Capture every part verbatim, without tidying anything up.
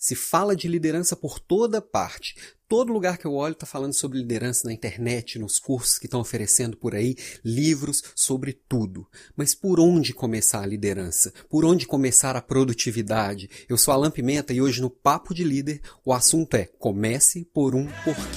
Se fala de liderança por toda parte. Todo lugar que eu olho está falando sobre liderança na internet, nos cursos que estão oferecendo por aí, livros sobre tudo. Mas por onde começar a liderança? Por onde começar a produtividade? Eu sou Alan Pimenta e hoje no Papo de Líder o assunto é: comece por um porquê.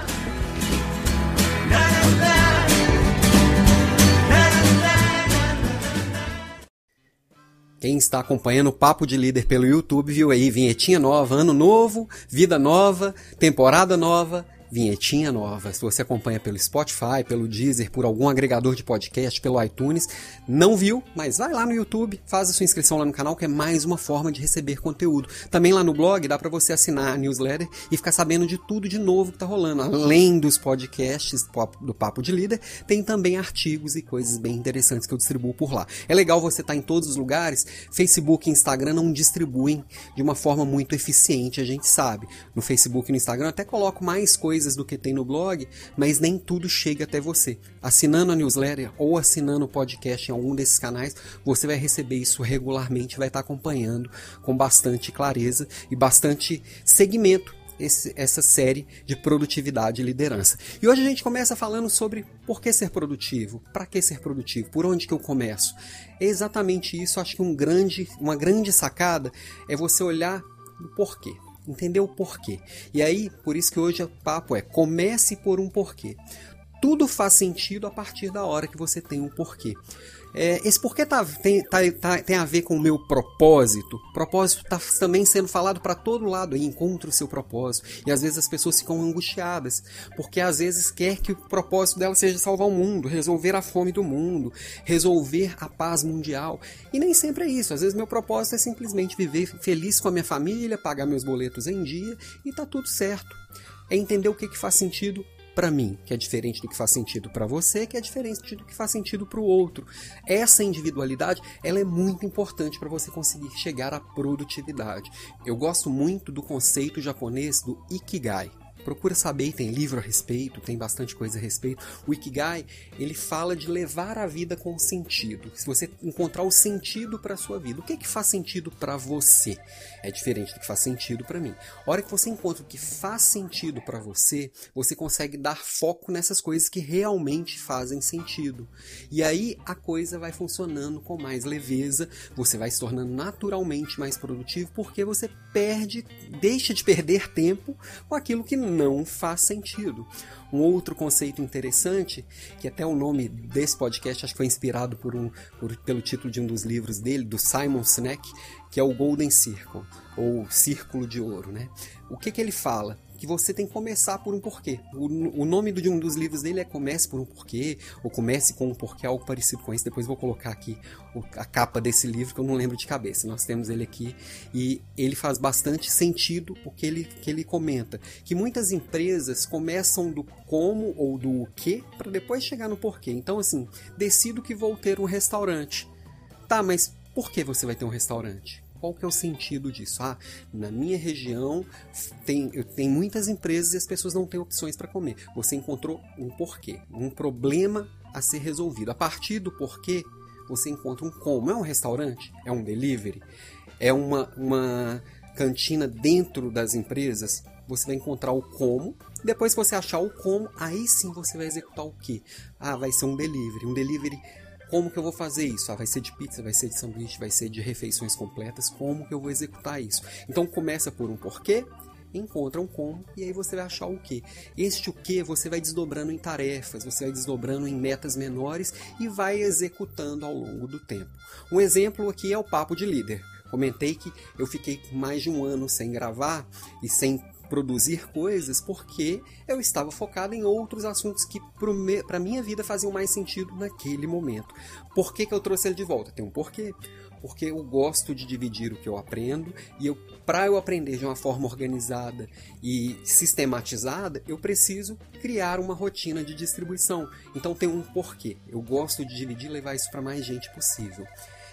Quem está acompanhando o Papo de Líder pelo YouTube viu aí vinhetinha nova, ano novo, vida nova, temporada nova, vinhetinha nova. Se você acompanha pelo Spotify, pelo Deezer, por algum agregador de podcast, pelo iTunes, não viu, mas vai lá no YouTube, faz a sua inscrição lá no canal, que é mais uma forma de receber conteúdo. Também lá no blog dá para você assinar a newsletter e ficar sabendo de tudo de novo que tá rolando. Além dos podcasts do Papo de Líder, tem também artigos e coisas bem interessantes que eu distribuo por lá. É legal você estar em todos os lugares. Facebook e Instagram não distribuem de uma forma muito eficiente, a gente sabe. No Facebook e no Instagram eu até coloco mais coisas do que tem no blog, mas nem tudo chega até você. Assinando a newsletter ou assinando o podcast em algum desses canais, você vai receber isso regularmente, vai estar acompanhando com bastante clareza e bastante segmento esse, essa série de produtividade e liderança. E hoje a gente começa falando sobre por que ser produtivo, para que ser produtivo, por onde que eu começo. É exatamente isso. Acho que um grande, uma grande sacada é você olhar o porquê. Entender o porquê. E aí, por isso que hoje o papo é: comece por um porquê. Tudo faz sentido a partir da hora que você tem um porquê. É, esse porquê tá, tem, tá, tá, tem a ver com o meu propósito. O propósito está também sendo falado para todo lado. Aí, encontre o seu propósito. E às vezes as pessoas ficam angustiadas, porque às vezes quer que o propósito dela seja salvar o mundo, resolver a fome do mundo, resolver a paz mundial. E nem sempre é isso. Às vezes meu propósito é simplesmente viver feliz com a minha família, pagar meus boletos em dia e tá tudo certo. É entender o que, que faz sentido para mim, que é diferente do que faz sentido para você, que é diferente do que faz sentido para o outro. Essa individualidade, ela é muito importante para você conseguir chegar à produtividade. Eu gosto muito do conceito japonês do Ikigai. Procura saber, tem livro a respeito, tem bastante coisa a respeito. O Ikigai, ele fala de levar a vida com sentido. Se você encontrar o sentido para a sua vida, o que, que faz sentido para você? É diferente do que faz sentido para mim. A hora que você encontra o que faz sentido para você, você consegue dar foco nessas coisas que realmente fazem sentido. E aí a coisa vai funcionando com mais leveza, você vai se tornando naturalmente mais produtivo, porque você perde, deixa de perder tempo com aquilo que não faz sentido. Um outro conceito interessante, que até o nome desse podcast acho que foi inspirado por um, por, pelo título de um dos livros dele, do Simon Sinek, que é o Golden Circle, ou Círculo de Ouro, né? O que que ele fala? Que você tem que começar por um porquê. O, o nome de um dos livros dele é Comece por um Porquê, ou Comece com um Porquê, algo parecido com isso. Depois vou colocar aqui a capa desse livro, que eu não lembro de cabeça. Nós temos ele aqui e ele faz bastante sentido o que ele, que ele comenta. Que muitas empresas começam do como ou do o que, para depois chegar no porquê. Então, assim, decido que vou ter um restaurante. Tá, mas por que você vai ter um restaurante? Qual que é o sentido disso? Ah, na minha região tem, eu tenho muitas empresas e as pessoas não têm opções para comer. Você encontrou um porquê, um problema a ser resolvido. A partir do porquê, você encontra um como. É um restaurante? É um delivery? É uma, uma cantina dentro das empresas? Você vai encontrar o como. Depois que você achar o como, aí sim você vai executar o quê? Ah, vai ser um delivery. Um delivery... Como que eu vou fazer isso? Ah, vai ser de pizza, vai ser de sanduíche, vai ser de refeições completas. Como que eu vou executar isso? Então começa por um porquê, encontra um como e aí você vai achar o quê. Este o quê você vai desdobrando em tarefas, você vai desdobrando em metas menores e vai executando ao longo do tempo. Um exemplo aqui é o Papo de Líder. Comentei que eu fiquei mais de um ano sem gravar e sem produzir coisas porque eu estava focado em outros assuntos que para a minha vida faziam mais sentido naquele momento. Por que que eu trouxe ele de volta? Tem um porquê. Porque eu gosto de dividir o que eu aprendo e eu, para eu aprender de uma forma organizada e sistematizada, eu preciso criar uma rotina de distribuição. Então tem um porquê. Eu gosto de dividir e levar isso para mais gente possível.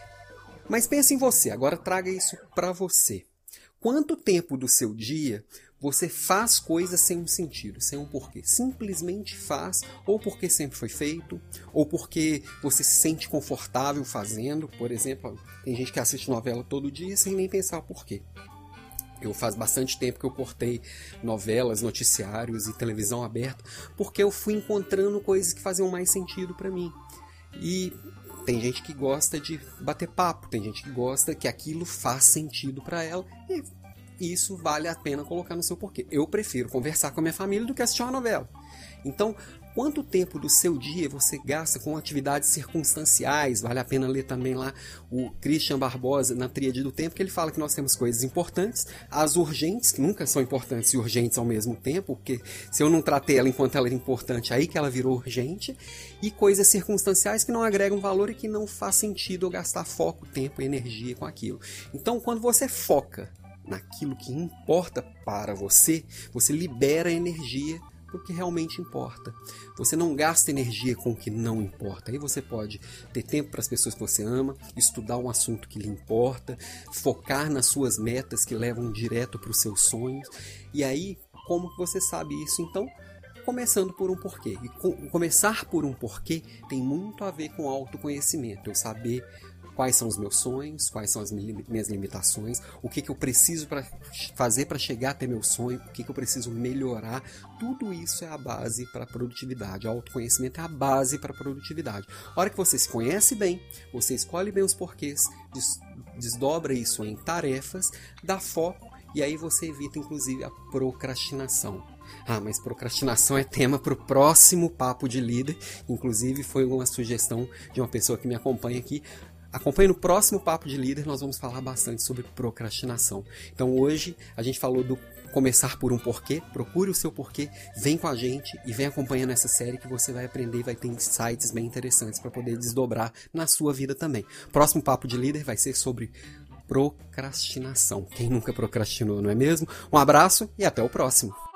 Mas pense em você, agora traga isso para você. Quanto tempo do seu dia você faz coisas sem um sentido, sem um porquê? Simplesmente faz, ou porque sempre foi feito, ou porque você se sente confortável fazendo. Por exemplo, tem gente que assiste novela todo dia sem nem pensar o porquê. Eu faz bastante tempo que eu cortei novelas, noticiários e televisão aberta, porque eu fui encontrando coisas que faziam mais sentido para mim. E tem gente que gosta de bater papo, tem gente que gosta que aquilo faz sentido para ela, e isso vale a pena colocar no seu porquê. Eu prefiro conversar com a minha família do que assistir uma novela. Então, quanto tempo do seu dia você gasta com atividades circunstanciais? Vale a pena ler também lá o Christian Barbosa na Tríade do Tempo, que ele fala que nós temos coisas importantes, as urgentes, que nunca são importantes e urgentes ao mesmo tempo, porque se eu não tratei ela enquanto ela era importante, aí que ela virou urgente, e coisas circunstanciais que não agregam valor e que não faz sentido eu gastar foco, tempo e energia com aquilo. Então, quando você foca naquilo que importa para você, você libera energia o que realmente importa. Você não gasta energia com o que não importa. Aí você pode ter tempo para as pessoas que você ama, estudar um assunto que lhe importa, focar nas suas metas que levam direto para os seus sonhos. E aí, como que você sabe isso? Então, começando por um porquê. E com, começar por um porquê tem muito a ver com autoconhecimento. Eu saber quais são os meus sonhos, quais são as minhas limitações, o que, que eu preciso para fazer para chegar até meu sonho, o que, que eu preciso melhorar. Tudo isso é a base para a produtividade. O autoconhecimento é a base para a produtividade. A hora que você se conhece bem, você escolhe bem os porquês, desdobra isso em tarefas, dá foco, e aí você evita inclusive a procrastinação. Ah, mas procrastinação é tema para o próximo Papo de Líder. Inclusive foi uma sugestão de uma pessoa que me acompanha aqui. Acompanhe no próximo Papo de Líder, nós vamos falar bastante sobre procrastinação. Então hoje a gente falou do começar por um porquê, procure o seu porquê, vem com a gente e vem acompanhando essa série que você vai aprender e vai ter insights bem interessantes para poder desdobrar na sua vida também. Próximo Papo de Líder vai ser sobre procrastinação. Quem nunca procrastinou, não é mesmo? Um abraço e até o próximo.